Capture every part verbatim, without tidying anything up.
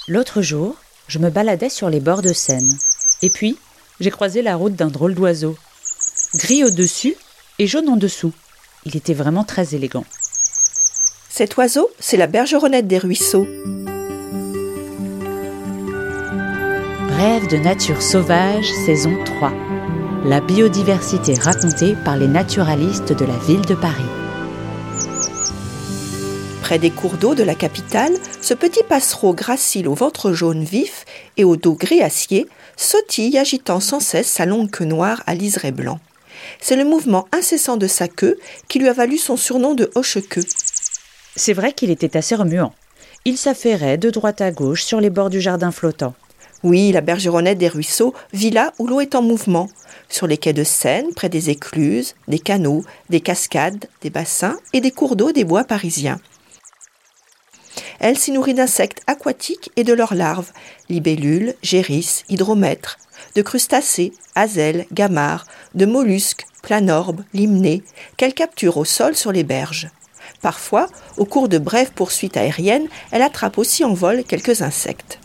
L'autre jour, je me baladais sur les bords de Seine. Et puis, j'ai croisé la route d'un drôle d'oiseau. Gris au-dessus et jaune en dessous. Il était vraiment très élégant. Cet oiseau, c'est la bergeronnette des ruisseaux. Rêve de nature sauvage, saison trois. La biodiversité racontée par les naturalistes de la ville de Paris. Près des cours d'eau de la capitale, ce petit passereau gracile au ventre jaune vif et au dos gris acier sautille agitant sans cesse sa longue queue noire à liseré blanc. C'est le mouvement incessant de sa queue qui lui a valu son surnom de hoche-queue. C'est vrai qu'il était assez remuant. Il s'affairait de droite à gauche sur les bords du jardin flottant. Oui, la bergeronnette des ruisseaux vit là où l'eau est en mouvement, sur les quais de Seine, près des écluses, des canaux, des cascades, des bassins et des cours d'eau des bois parisiens. Elle s'y nourrit d'insectes aquatiques et de leurs larves, libellules, gérisses, hydromètres, de crustacés, azelles, gamarres, de mollusques, planorbes, limnés, qu'elle capture au sol sur les berges. Parfois, au cours de brèves poursuites aériennes, elle attrape aussi en vol quelques insectes.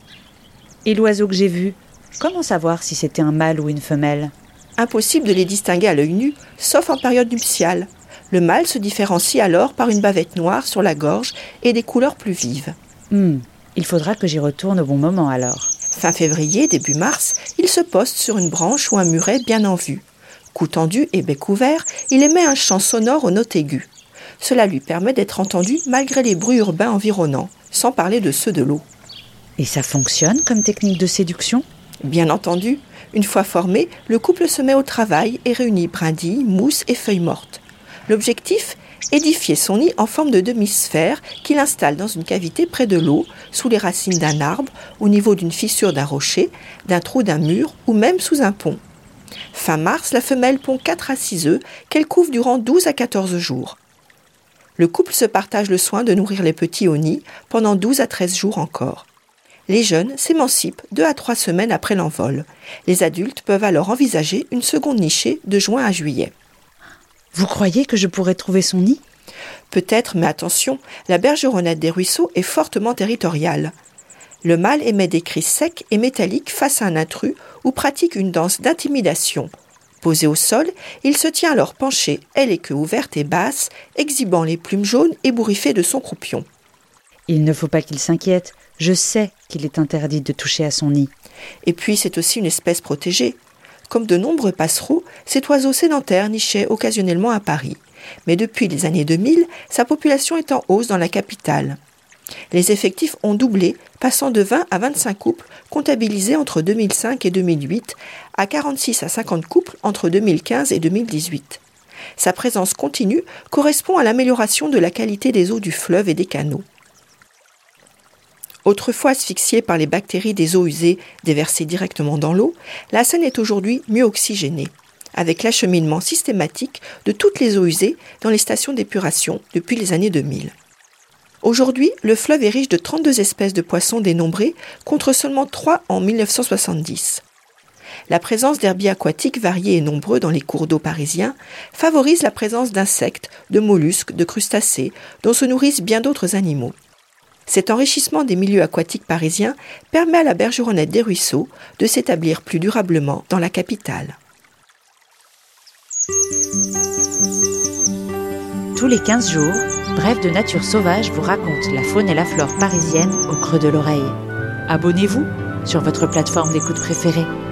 Et l'oiseau que j'ai vu, comment savoir si c'était un mâle ou une femelle ? Impossible de les distinguer à l'œil nu, sauf en période nuptiale. Le mâle se différencie alors par une bavette noire sur la gorge et des couleurs plus vives. Hmm, il faudra que j'y retourne au bon moment alors. Fin février, début mars, il se poste sur une branche ou un muret bien en vue. Cou tendu et bec ouvert, il émet un chant sonore aux notes aiguës. Cela lui permet d'être entendu malgré les bruits urbains environnants, sans parler de ceux de l'eau. Et ça fonctionne comme technique de séduction ? Bien entendu, une fois formé, le couple se met au travail et réunit brindilles, mousses et feuilles mortes. L'objectif ? Édifier son nid en forme de demi-sphère qu'il installe dans une cavité près de l'eau, sous les racines d'un arbre, au niveau d'une fissure d'un rocher, d'un trou d'un mur ou même sous un pont. Fin mars, la femelle pond quatre à six œufs qu'elle couve durant douze à quatorze jours. Le couple se partage le soin de nourrir les petits au nid pendant douze à treize jours encore. Les jeunes s'émancipent deux à trois semaines après l'envol. Les adultes peuvent alors envisager une seconde nichée de juin à juillet. Vous croyez que je pourrais trouver son nid ? Peut-être, mais attention, la bergeronnette des ruisseaux est fortement territoriale. Le mâle émet des cris secs et métalliques face à un intrus ou pratique une danse d'intimidation. Posé au sol, il se tient alors penché, aile et queue ouverte et basse, exhibant les plumes jaunes ébouriffées de son croupion. Il ne faut pas qu'il s'inquiète. Je sais qu'il est interdit de toucher à son nid. Et puis, c'est aussi une espèce protégée. Comme de nombreux passereaux, cet oiseau sédentaire nichait occasionnellement à Paris. Mais depuis les années deux mille, sa population est en hausse dans la capitale. Les effectifs ont doublé, passant de vingt à vingt-cinq couples comptabilisés entre deux mille cinq et deux mille huit, à quarante-six à cinquante couples entre deux mille quinze et deux mille dix-huit. Sa présence continue correspond à l'amélioration de la qualité des eaux du fleuve et des canaux. Autrefois asphyxiée par les bactéries des eaux usées déversées directement dans l'eau, la Seine est aujourd'hui mieux oxygénée, avec l'acheminement systématique de toutes les eaux usées dans les stations d'épuration depuis les années deux mille. Aujourd'hui, le fleuve est riche de trente-deux espèces de poissons dénombrées contre seulement trois en mille neuf cent soixante-dix. La présence d'herbiers aquatiques variés et nombreux dans les cours d'eau parisiens favorise la présence d'insectes, de mollusques, de crustacés, dont se nourrissent bien d'autres animaux. Cet enrichissement des milieux aquatiques parisiens permet à la bergeronnette des ruisseaux de s'établir plus durablement dans la capitale. Tous les quinze jours, Bref de nature sauvage vous raconte la faune et la flore parisienne au creux de l'oreille. Abonnez-vous sur votre plateforme d'écoute préférée.